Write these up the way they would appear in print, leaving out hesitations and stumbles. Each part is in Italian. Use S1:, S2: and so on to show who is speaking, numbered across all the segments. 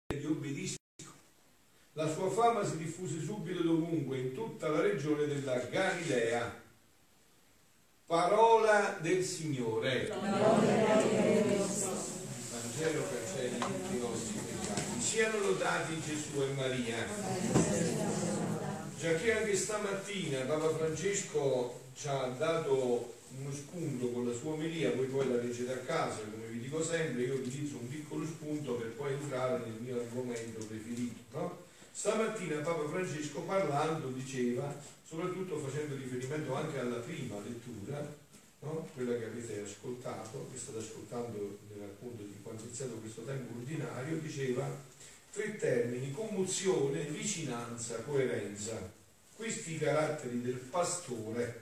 S1: gli obbediscono. La sua fama si diffuse subito dovunque, in tutta la regione della Galilea. Parola del Signore. Vangelo cancelli tutti i nostri peccati. Siano lodati Gesù e Maria. Giacché anche stamattina Papa Francesco ci ha dato uno spunto con la sua omelia, voi poi la leggete a casa, come vi dico sempre, io utilizzo un piccolo spunto per poi entrare nel mio argomento preferito, no? Stamattina Papa Francesco parlando diceva, soprattutto facendo riferimento anche alla prima lettura, no? Quella che avete ascoltato, che state ascoltando nel racconto di quando è iniziato questo tempo ordinario, diceva 3 termini: commozione, vicinanza, coerenza. Questi i caratteri del pastore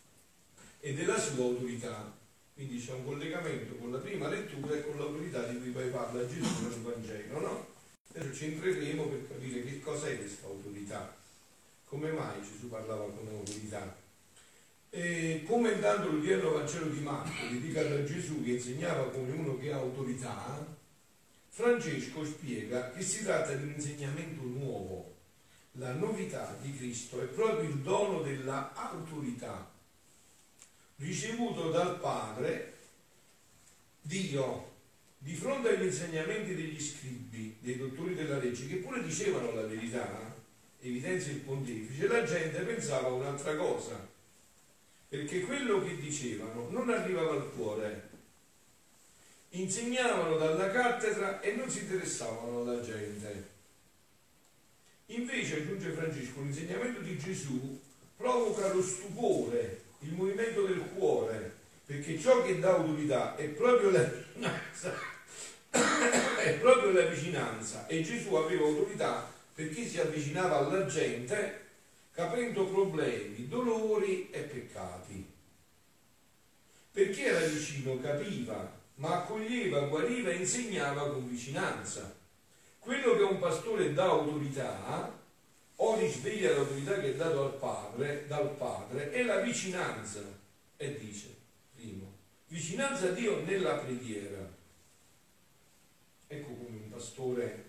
S1: e della sua autorità. Quindi c'è un collegamento con la prima lettura e con l'autorità di cui poi parla Gesù nel Vangelo, no? Adesso ci entreremo per capire che cosa è questa autorità, come mai Gesù parlava con autorità. E commentando l'odierno Vangelo di Marco, dedicato a Gesù che insegnava come uno che ha autorità, Francesco spiega che si tratta di un insegnamento nuovo. La novità di Cristo è proprio il dono della autorità ricevuto dal Padre Dio di fronte agli insegnamenti degli scribi, dei dottori della legge, che pure dicevano la verità, evidenzia il pontefice. La gente pensava un'altra cosa, perché quello che dicevano non arrivava al cuore. Insegnavano dalla cattedra e non si interessavano alla gente. Invece, aggiunge Francesco, l'insegnamento di Gesù provoca lo stupore, il movimento del cuore, perché ciò che dà autorità è proprio la vicinanza, è proprio la vicinanza, e Gesù aveva autorità perché si avvicinava alla gente capendo problemi, dolori e peccati. Perché era vicino, capiva, ma accoglieva, guariva e insegnava con vicinanza. Quello che un pastore dà autorità o risveglia l'autorità che è dato dal Padre è la vicinanza. E dice, primo, vicinanza a Dio nella preghiera. Ecco come un pastore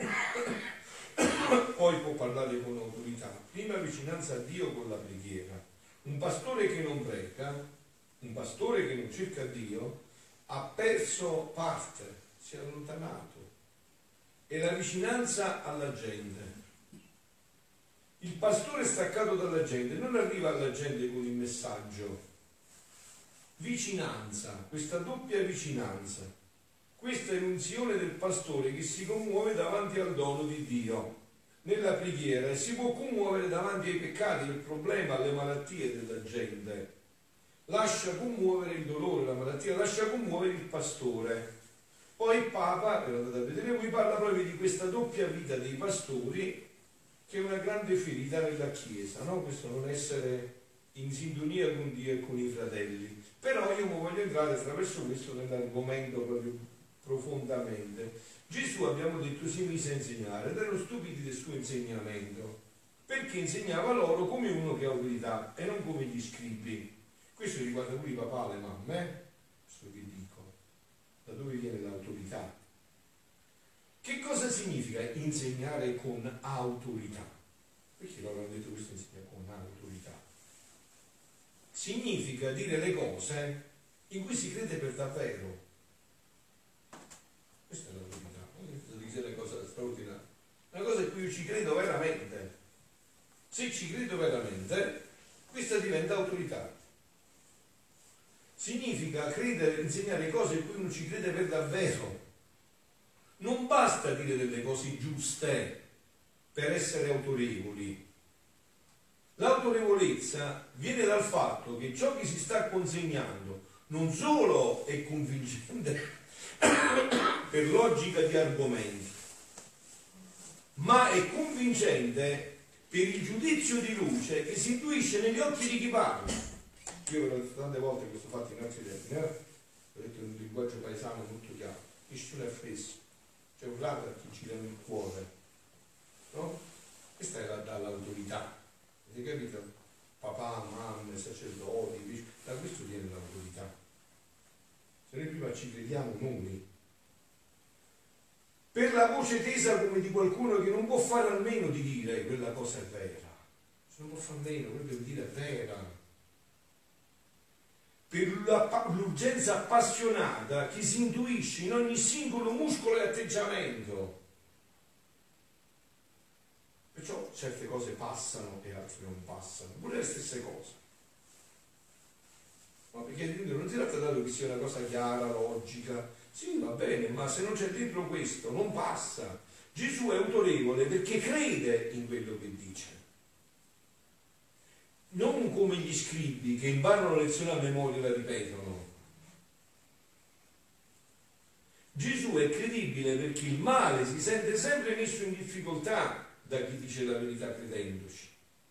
S1: poi può parlare con autorità. Prima vicinanza a Dio con la preghiera. Un pastore che non prega, un pastore che non cerca Dio, ha perso parte, si è allontanato. E la vicinanza alla gente. Il pastore staccato dalla gente non arriva alla gente con il messaggio. Vicinanza, questa doppia vicinanza. Questa è l'unzione del pastore che si commuove davanti al dono di Dio nella preghiera e si può commuovere davanti ai peccati, al problema, alle malattie della gente. Lascia commuovere il dolore, la malattia, lascia commuovere il pastore. Poi il Papa, per andare a vedere voi, parla proprio di questa doppia vita dei pastori, che è una grande ferita nella Chiesa, no? Questo non essere in sintonia con Dio e con i fratelli. Però io mi voglio entrare attraverso questo nell'argomento proprio profondamente. Gesù, abbiamo detto, si mise a insegnare ed erano stupidi del suo insegnamento, perché insegnava loro come uno che ha autorità e non come gli scribi. Questo riguarda pure i papà, le mamme, questo che dico. Da dove viene l'autorità? Che cosa significa insegnare con autorità? Perché loro hanno detto questo insegna con autorità? Significa dire le cose in cui si crede per davvero. Questa è l'autorità, non è dire le cose straordinarie. Una cosa in cui io ci credo veramente. Se ci credo veramente, questa diventa autorità. Significa credere, insegnare cose in cui uno ci crede per davvero. Non basta dire delle cose giuste per essere autorevoli. L'autorevolezza viene dal fatto che ciò che si sta consegnando non solo è convincente per logica di argomenti, ma è convincente per il giudizio di luce che si intuisce negli occhi di chi parla. Io ve l'ho detto tante volte questo fatto in altri tempi, l'ho detto in un linguaggio paesano molto chiaro: nessuno è fesso, c'è un lato a chi gira nel cuore, no? Questa è dall'autorità, avete capito? Papà, mamme, sacerdoti, da questo viene l'autorità. Se noi prima ci crediamo noi, per la voce tesa come di qualcuno che non può fare a meno di dire quella cosa è vera. Se non può fare a meno, quello deve dire è vera. Per l'urgenza appassionata che si intuisce in ogni singolo muscolo e atteggiamento. Perciò certe cose passano e altre non passano, pure le stesse cose. Ma perché non si tratta dato che sia una cosa chiara, logica. Sì, va bene, ma se non c'è dentro questo, non passa. Gesù è autorevole perché crede in quello che dice. Non come gli scribi che imparano lezioni a memoria e la ripetono. Gesù è credibile perché il male si sente sempre messo in difficoltà da chi dice la verità credendoci.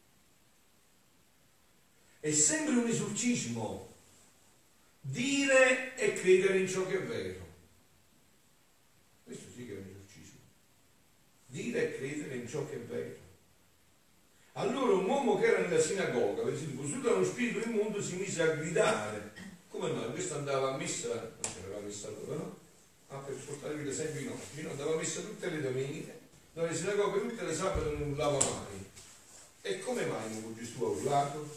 S1: È sempre un esorcismo dire e credere in ciò che è vero. Questo sì che è un esorcismo. Dire e credere in ciò che è vero. Allora un uomo che era nella sinagoga, posseduto da uno spirito immondo, si mise a gridare. Come mai? Questo andava a messa, non c'era messa allora, no? Ah, per portarvi l'esempio in oggi, no? Andava a messa tutte le domeniche, nelle sinagoghe tutte le sabate non urlava mai. E come mai non Gesù ha urlato?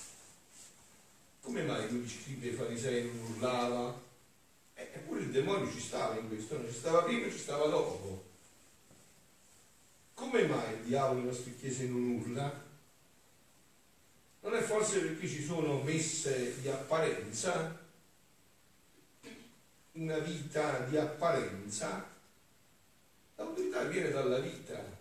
S1: Come mai gli scribi e i farisei non urlava? Eppure il demonio ci stava in questo, non ci stava prima e ci stava dopo. Come mai il diavolo nelle nostre chiese non urla? Non è forse perché ci sono messe di apparenza? Una vita di apparenza? L'autorità viene dalla vita.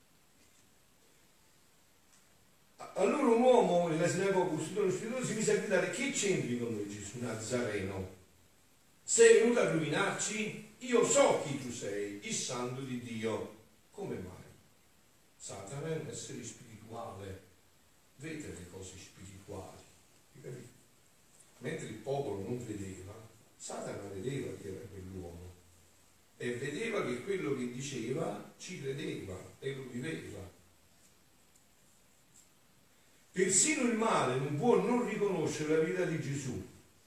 S1: Allora un uomo nella sinagoga posseduto dallo spirito si mise a gridare: che c'entri con noi Gesù Nazareno? Sei venuto a rovinarci? Io so chi tu sei, il santo di Dio. Come mai? Satana è un essere spirituale, vede le cose spirituali, capite? Mentre il popolo non vedeva, Satana vedeva chi era quell'uomo e vedeva che quello che diceva ci credeva e lo viveva. Persino il male non può non riconoscere la verità di Gesù,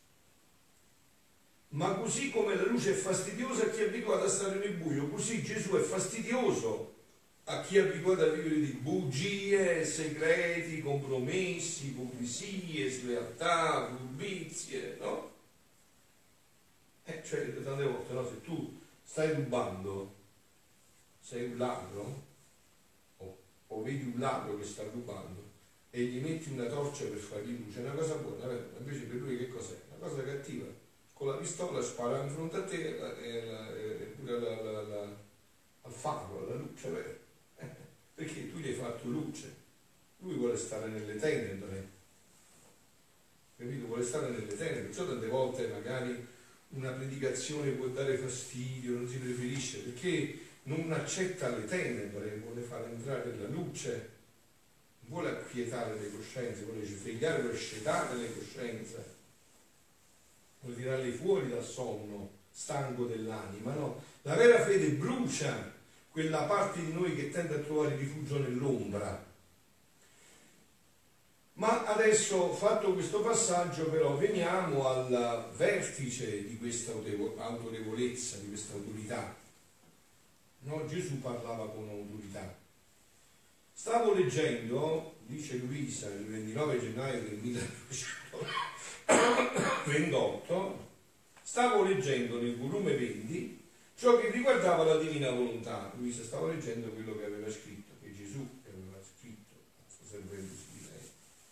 S1: ma così come la luce è fastidiosa a chi è abituato a stare nel buio, così Gesù è fastidioso a chi è abituato a vivere di bugie, segreti, compromessi, ipocrisie, slealtà, furbizie, no? Cioè, tante volte, no? Se tu stai rubando, sei un ladro, o vedi un ladro che sta rubando, e gli metti una torcia per fargli luce, è una cosa buona, vero? Invece per lui che cos'è? Una cosa cattiva. Con la pistola spara in fronte a te e pure al faro, alla luce, vero? Perché tu gli hai fatto luce, lui vuole stare nelle tenebre, capito? Vuole stare nelle tenebre, perciò tante volte magari una predicazione può dare fastidio, non si preferisce, perché non accetta le tenebre, vuole far entrare la luce, vuole acquietare le coscienze, vuole svegliare lo scetate le coscienze, vuole tirarle fuori dal sonno stanco dell'anima, no? La vera fede brucia quella parte di noi che tende a trovare rifugio nell'ombra. Ma adesso, fatto questo passaggio, però, veniamo al vertice di questa autorevolezza, di questa autorità. No? Gesù parlava con autorità. Stavo leggendo, dice Luisa, il 29 gennaio del 1928, stavo leggendo nel volume 20 ciò che riguardava la divina volontà. Luisa stava leggendo quello che aveva scritto, che Gesù aveva scritto, sta servendosi di lei.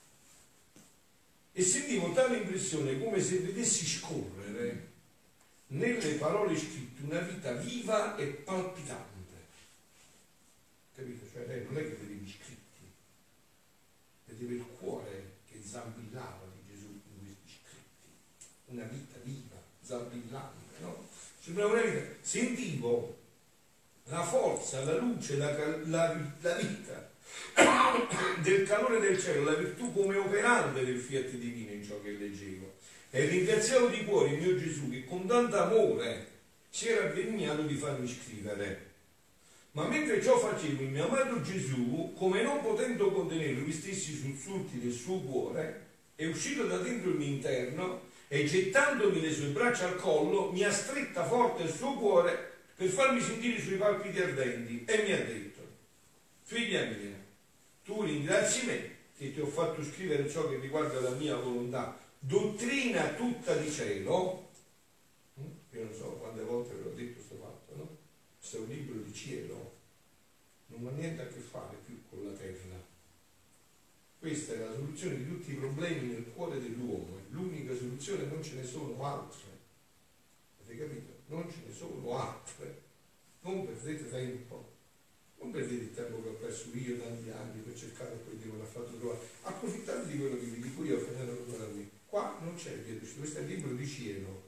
S1: E sentivo tale impressione come se vedessi scorrere nelle parole scritte una vita viva e palpitante. Capito? Cioè lei non è che vedeva gli scritti, vedeva il cuore che zambillava di Gesù in questi scritti. Una vita viva, zambillante, no? Sentivo la forza, la luce, la vita del calore del cielo, la virtù come operante del fiat divino in ciò che leggevo, e ringraziavo di cuore il mio Gesù che con tanto amore si era degnato di farmi scrivere. Ma mentre ciò facevo, il mio amato Gesù, come non potendo contenere lui stessi sussulti del suo cuore, è uscito da dentro il mio interno e gettandomi le sue braccia al collo mi ha stretta forte il suo cuore per farmi sentire sui palpiti ardenti, e mi ha detto: figlia mia, tu ringrazi me che ti ho fatto scrivere ciò che riguarda la mia volontà, dottrina tutta di cielo. Io non so quante volte ve l'ho detto questo fatto, no? Questo è un libro di cielo, non ha niente a che fare più con la terra. Questa è la soluzione di tutti i problemi nel cuore dell'uomo, è l'unica soluzione, non ce ne sono altre. Avete capito? Non ce ne sono altre. Non perdete tempo, non perdete il tempo che ho perso io tanti anni per cercare poi Dio me l'ha fatto trovare. Approfittate di quello che vi dico io facendo trovare a me. Qua non c'è via d'uscita, questo è il libro di cielo.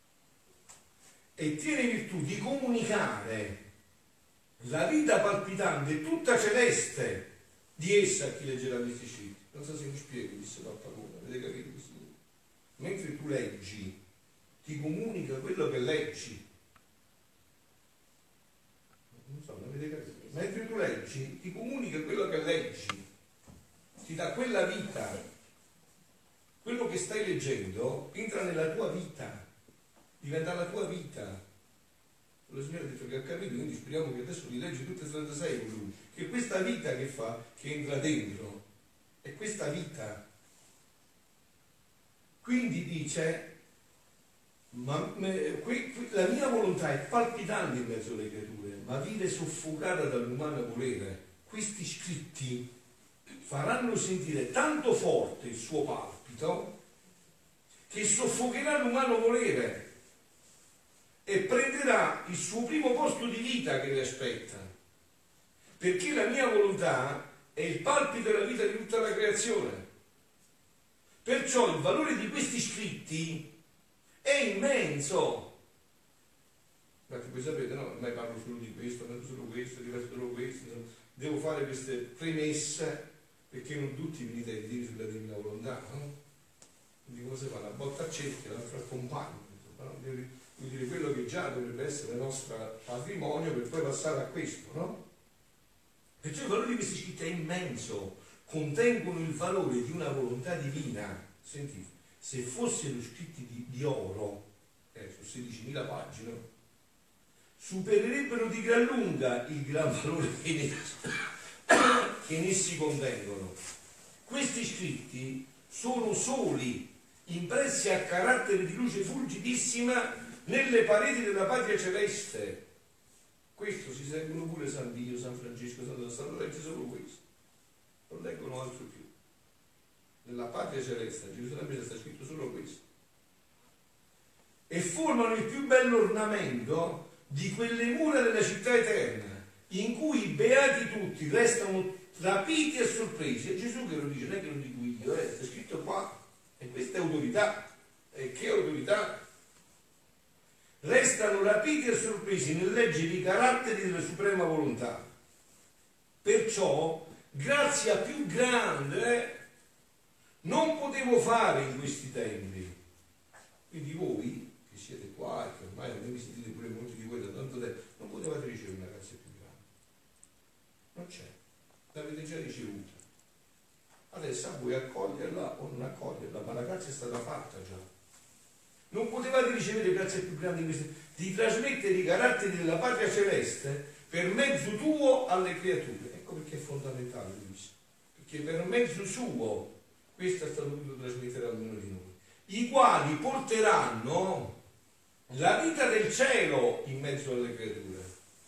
S1: E tiene virtù di comunicare la vita palpitante, tutta celeste, di essa a chi leggerà questi scritti. Non so se mi spiego, disse Papa Pone, avete capito questo? Mentre tu leggi, ti comunica quello che leggi. Non so, non avete capito? Mentre tu leggi, ti comunica quello che leggi, ti dà quella vita. Quello che stai leggendo entra nella tua vita, diventa la tua vita. La signora ha detto che ha capito, quindi speriamo che adesso li leggi tutte e 36 con lui, che questa vita che fa, che entra dentro, è questa vita. Quindi dice, la mia volontà è palpitante in mezzo alle creature, ma vive soffocata dall'umano volere. Questi scritti faranno sentire tanto forte il suo palpito che soffocherà l'umano volere e prenderà il suo primo posto di vita che le aspetta, perché la mia volontà è il palpito della vita di tutta la creazione. Perciò il valore di questi scritti è immenso. Infatti voi sapete, no? Ormai parlo solo di questo, parlo solo questo, diverso solo questo, devo fare queste premesse perché non tutti venite a dire sulla divina volontà, no? Quindi cosa fa? Una botta a cerchio, l'altra accompagna, no? Vuol dire quello che già dovrebbe essere il nostro patrimonio per poi passare a questo, no? Perciò il valore di questi scritti è immenso, contengono il valore di una volontà divina. Sentite, se fossero scritti di oro, su 16.000 pagine, supererebbero di gran lunga il gran valore che in essi contengono. Questi scritti sono soli, impressi a carattere di luce fulgidissima nelle pareti della patria celeste. Questo si seguono pure San Dio, San Francesco, Santo legge solo questo, non leggono altro più. Nella patria celeste, a Gerusalemme sta scritto solo questo. E formano il più bello ornamento di quelle mura della città eterna, in cui i beati tutti restano rapiti e sorpresi. È Gesù che lo dice, non è che lo dico io, è scritto qua, e questa è autorità. E che autorità? Restano rapiti e sorpresi nel leggere i caratteri della suprema volontà. Perciò grazia più grande non potevo fare in questi tempi. Quindi voi che siete qua e che ormai mi sentite pure molti di voi da tanto tempo, non potevate ricevere una grazia più grande. Non c'è, l'avete già ricevuta. Adesso a voi accoglierla o non accoglierla, ma la grazia è stata fatta già. Non potevate ricevere grazie più grandi di queste, di trasmettere i caratteri della patria celeste per mezzo tuo alle creature. Ecco perché è fondamentale questo, perché per mezzo suo questo è stato voluto trasmettere a ognuno di noi, i quali porteranno la vita del cielo in mezzo alle creature.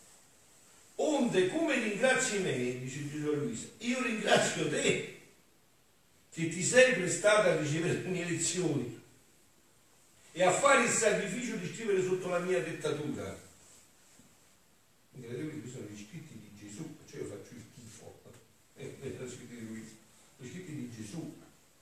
S1: Onde come ringrazi me, dice Gesù a Luisa, io ringrazio te che ti sei prestata a ricevere le mie lezioni e a fare il sacrificio di scrivere sotto la mia dettatura. Quindi vedete, questi sono gli scritti di Gesù, cioè io faccio il tifo, gli scritti di Luisa, gli scritti di Gesù,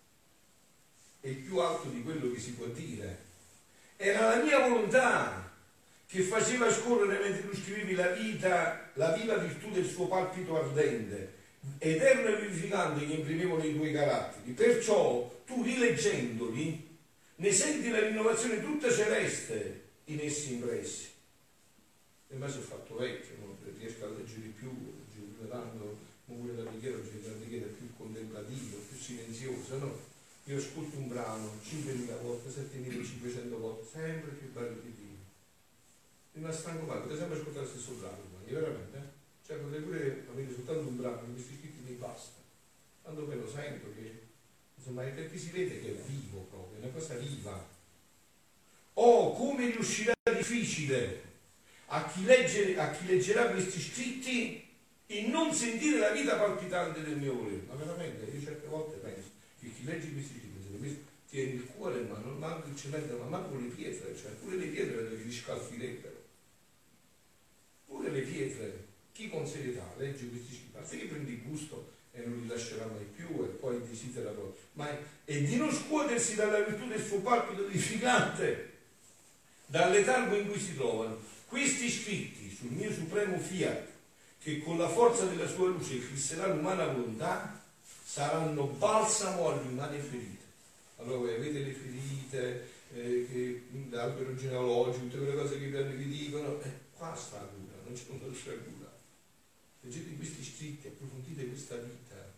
S1: è il più alto di quello che si può dire. Era la mia volontà che faceva scorrere mentre tu scrivevi la viva virtù del suo palpito ardente, eterno e vivificante che imprimevano i tuoi caratteri. Perciò tu rileggendoli ne senti la rinnovazione tutta celeste in essi impressi. E ormai sono fatto vecchio, non riesco a leggere di più, tanto pure la preghiera è più contemplativa, più silenziosa, no? Io ascolto un brano 5.000 volte, 7.500 volte, sempre più bello di Dio. Prima stanco mai, potete sempre ascoltare lo stesso brano, veramente, eh? Cioè potrei pure avere soltanto un brano, questi scritti mi basta. Quando poi lo sento che, insomma, perché si vede che è vivo proprio, è una cosa viva. Oh, come riuscirà difficile a chi leggerà questi scritti e non sentire la vita palpitante del mio volere. Ma veramente, io certe volte penso che chi legge questi scritti tiene il cuore, ma non manca il cemento, ma manco le pietre, cioè pure le pietre vedo che li scalfirebbero. Pure le pietre, chi con serietà legge questi scritti, a che prendi gusto e non li lascerà mai più e poi desidera proprio, ma e di non scuotersi dalla virtù del suo palpito edificante, dal letargo in cui si trovano. Questi scritti sul mio supremo fiat, che con la forza della sua luce eclisserà l'umana volontà, saranno balsamo alle umane ferite. Allora voi avete le ferite, l'albero genealogico, tutte quelle cose che vi dicono, qua sta la cura, non c'è un'altra cura. Leggete questi scritti, approfondite questa vita.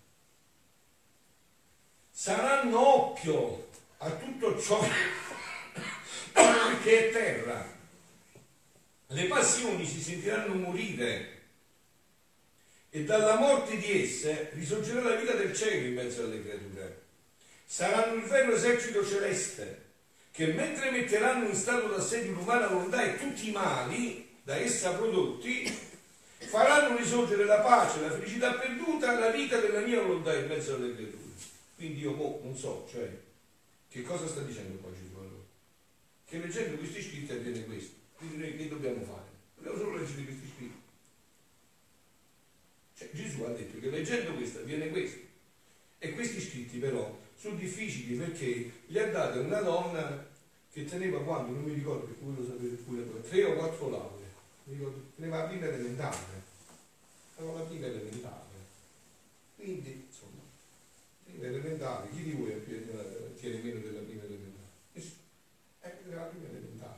S1: Saranno occhio a tutto ciò che è terra. Le passioni si sentiranno morire e dalla morte di esse risorgerà la vita del cielo in mezzo alle creature. Saranno il vero esercito celeste che mentre metteranno in stato d'assedio l'umana volontà e tutti i mali da essa prodotti, faranno risorgere la pace, la felicità perduta, la vita della mia volontà in mezzo alle creature. Quindi io non so, cioè, che cosa sta dicendo qua Gesù allora? Che leggendo questi scritti avviene questo. Quindi noi che dobbiamo fare? Dobbiamo solo leggere questi scritti. Cioè, Gesù ha detto che leggendo questo avviene questo. E questi scritti però sono difficili perché li ha dati a una donna che teneva quando, non mi ricordo perché voi lo sapete pure, 3 o 4 lauree. Mi ricordo, teneva la prima elementare. Aveva la prima elementare. Quindi, insomma, prima elementare, chi di voi tiene meno della prima elementare? Nessuno. La prima elementare.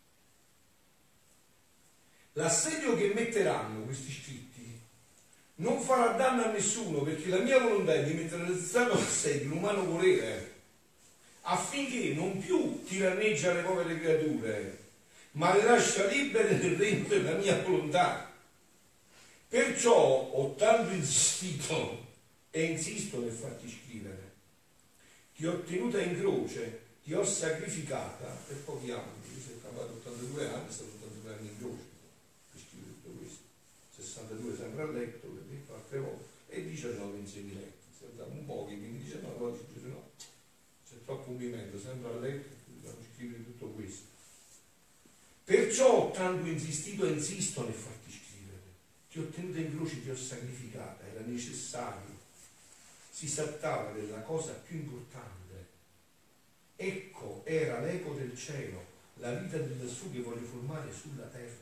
S1: L'assedio che metteranno questi scritti non farà danno a nessuno, perché la mia volontà è di mettere nel stato d'assedio l'umano volere, affinché non più tiranneggia le povere creature, ma le lascia libere nel regno della mia volontà. Perciò ho tanto insistito e insisto nel farti scrivere. Ti ho tenuta in croce, ti ho sacrificata per pochi anni. Io sono campato 82 anni, sono stato 82 anni in croce per scrivere tutto questo. 62 sempre a letto, altre volte, e 19 in semiletto. Siamo un po', quindi 19 volte Gesù no. C'è troppo movimento, sempre a letto, dobbiamo scrivere tutto questo. Perciò ho tanto insistito e insisto nel farti scrivere. Ti ho tenuta in croce, ti ho sacrificata, era necessario. Si trattava della cosa più importante. Ecco, era l'eco del cielo, la vita del lassù che voglio formare sulla terra.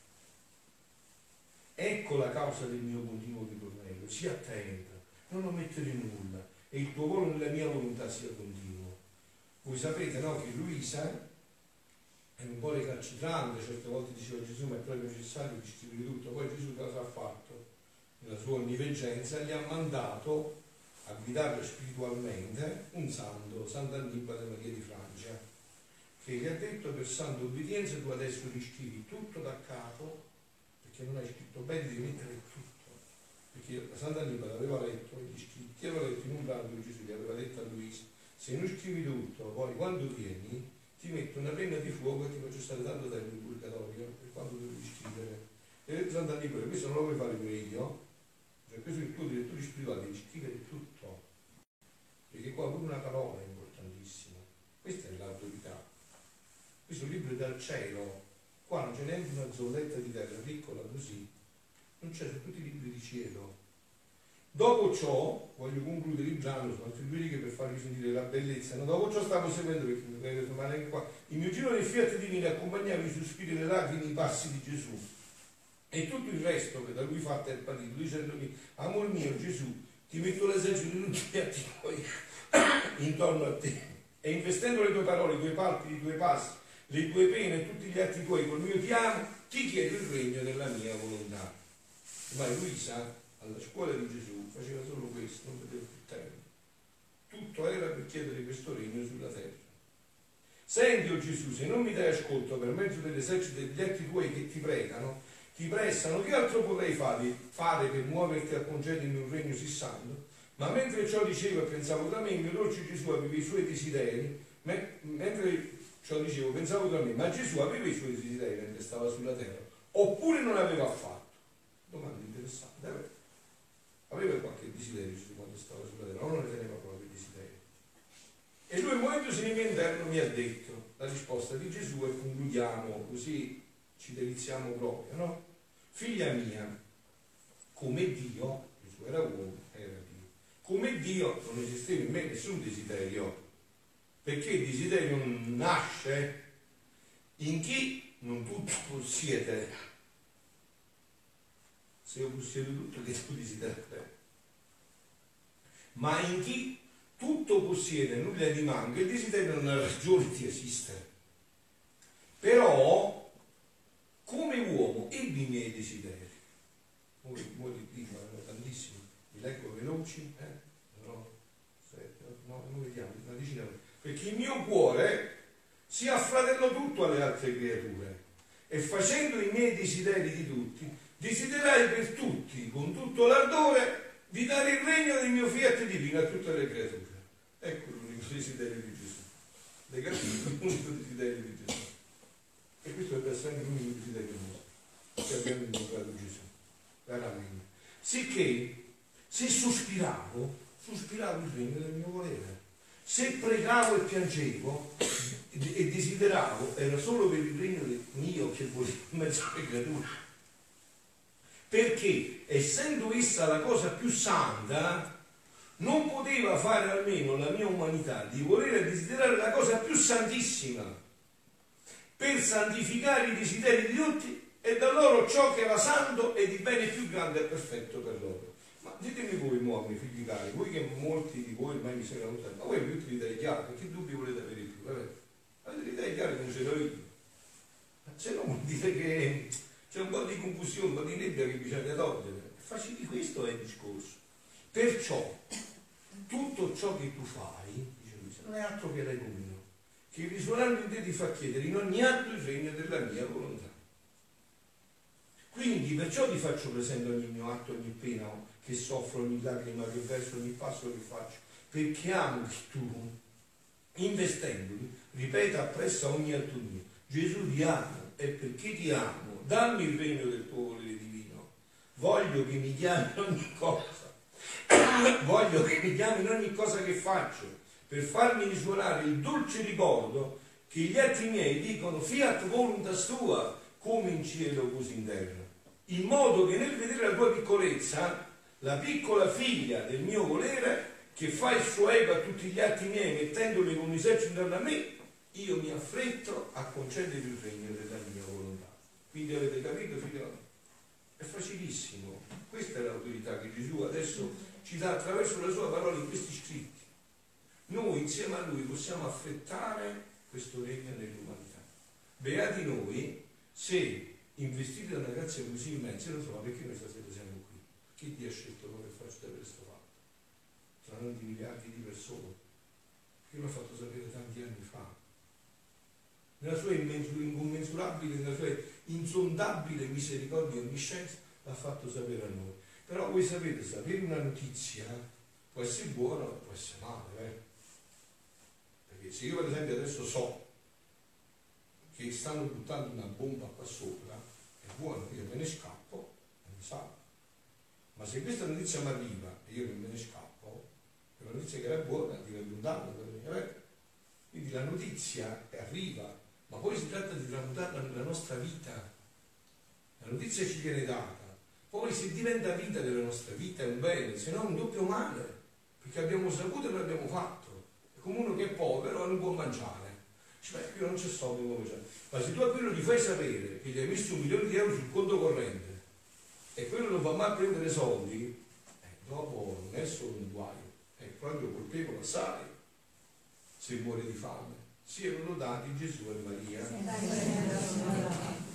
S1: Ecco la causa del mio continuo ritornello. Sii attenta, non omettere nulla, e il tuo volo nella mia volontà sia continuo. Voi sapete, no, che Luisa è un po' recalcitrante, certe volte diceva Gesù, ma è proprio necessario di scrivere tutto. Poi Gesù cosa ha fatto? Nella sua onniveggenza gli ha mandato a guidarlo spiritualmente un santo, Sant'Annibale Maria di Francia, che gli ha detto: per santa obbedienza tu adesso riscrivi tutto da capo, perché non hai scritto bene, devi mettere tutto. Perché Sant'Annibale aveva letto gli scritti, aveva letto in un brano di Gesù, gli aveva detto a Luisa: se non scrivi tutto, poi quando vieni ti metto una penna di fuoco e ti faccio stare tanto tempo in purgatorio per quando devi scrivere. E ha detto Sant'Annibale: questo non lo vuoi fare pure io? Cioè, questo è il tuo direttore spirituale, devi scrivere tutto, perché qua pure una parola è importantissima. Questa è l'autorità. Questo libro è dal cielo, qua non c'è neanche una zolletta di terra piccola così, non c'è, sono tutti i libri di cielo. Dopo ciò, voglio concludere il brano, sono altre 2 righe per farvi sentire la bellezza. No? Dopo ciò stavo seguendo, perché mi prende anche qua, il mio giro del fiat divino accompagnava i sospiri, le lacrime, i passi di Gesù. E tutto il resto che da lui fatto è partito, dicendomi: amor mio Gesù, ti metto l'esercito di tutti gli atti tuoi intorno a te, e investendo le tue parole, i tuoi palpi, i tuoi passi, le tue pene e tutti gli atti tuoi col mio ti amo, ti chiedo il regno della mia volontà. Ma Luisa, alla scuola di Gesù, faceva solo questo, non vedeva più tempo. Tutto era per chiedere questo regno sulla terra. Senti, o Gesù, se non mi dai ascolto per mezzo dell'esercito degli atti tuoi che ti pregano, ti pressano, che altro potrei fare per muoverti a concedermi un regno sì santo? Ma mentre ciò diceva e pensavo tra me, il mio dolce Gesù aveva i suoi desideri, mentre ciò dicevo, pensavo tra me, ma Gesù aveva i suoi desideri mentre stava sulla terra, oppure non aveva affatto? Domanda interessante, aveva qualche desiderio Gesù quando stava sulla terra, o non ne teneva proprio desideri? E lui, muovendosi nel mio interno, mi ha detto la risposta di Gesù, e concludiamo, così ci deliziamo proprio, no? Figlia mia, come Dio, Gesù era uomo, era Dio, come Dio non esisteva in me nessun desiderio, perché il desiderio nasce in chi non tutto possiede. Se io possiedo tutto, che tu desideri? Ma in chi tutto possiede, nulla ti manca, il desiderio non ha ragione di esistere. Però, come uomo, ebbi i miei desideri. Molti dicono, tantissimi, li leggo veloci, non vediamo, una decina, perché il mio cuore si affratellò tutto alle altre creature, e facendo i miei desideri di tutti, desiderai per tutti, con tutto l'ardore, di dare il regno del mio fiat divino a tutte le creature. Ecco l'unico desiderio di Gesù. Le capite? L'unico desiderio di Gesù. E questo deve essere anche l'unico desiderio nostro, che abbiamo incontrato Gesù. Veramente. Sicché, se sospiravo il regno del mio volere. Se pregavo e piangevo e desideravo, era solo per il regno del mio che volevo in mezzo alle creature. Perché, essendo essa la cosa più santa, non poteva fare almeno la mia umanità di volere desiderare la cosa più santissima, per santificare i desideri di tutti e da loro ciò che era santo e di bene più grande e perfetto per loro. Ma ditemi voi uomini, figli cari, voi che molti di voi ormai mi sembrano lontani, ma voi avete tutte le idee chiare, che dubbi volete avere più? Avete le idee chiare come ce l'ho io. Ma se no vuol dire che c'è un po' di confusione, un po' di nebbia che bisogna togliere. Facili, questo è il discorso. Perciò tutto ciò che tu fai, dice lui, non è altro che regno mio, che risuonando in te ti fa chiedere in ogni atto il regno della mia volontà. Quindi perciò ti faccio presente ogni mio atto, ogni pena che soffro, ogni lacrima che verso, ogni passo che faccio, perché amo che tu, investendoli, ripeta appresso a ogni atto mio, Gesù ti amo, e perché ti amo, dammi il regno del tuo volere divino, voglio che mi chiami in ogni cosa, voglio che mi chiami in ogni cosa che faccio, per farmi risuonare il dolce ricordo che gli atti miei dicono fiat voluntas tua, come in cielo così in terra, in modo che nel vedere la tua piccolezza, la piccola figlia del mio volere, che fa il suo ego a tutti gli atti miei, mettendoli con un esercito intorno a me, io mi affretto a concedere il regno della mia volontà. Quindi avete capito, figlioli? È facilissimo. Questa è l'autorità che Gesù adesso ci dà attraverso la sua parola in questi scritti. Noi insieme a Lui possiamo affrettare questo regno nell'umanità. Beati noi se investiti da una grazia così immensa, non so, ma perché noi stasera siamo qui? Chi ti ha scelto noi per farci sapere questo fatto? Tra tanti miliardi di persone, che l'ha fatto sapere tanti anni fa. Nella sua incommensurabile, nella sua insondabile misericordia e onniscienza l'ha fatto sapere a noi. Però voi sapete, sapere una notizia può essere buona o può essere male, Perché se io per esempio adesso so che stanno buttando una bomba qua sopra, è buono, io me ne scappo e mi salvo. Ma se questa notizia mi arriva e io non me ne scappo, è una notizia che era buona, diventa un danno per me. Quindi la notizia arriva, ma poi si tratta di tramutarla nella nostra vita. La notizia ci viene data, poi se diventa vita della nostra vita è un bene, se no un doppio male, perché abbiamo saputo e non abbiamo fatto. È come uno che è povero e non può mangiare. Dice, io non c'è soldi, non può mangiare. Ma se tu a quello gli fai sapere che gli hai messo 1 milione di euro sul conto corrente e quello non va mai a prendere soldi, dopo non è solo un guaio, è proprio colpevole assai se muore di fame. Siano lodati Gesù e Maria.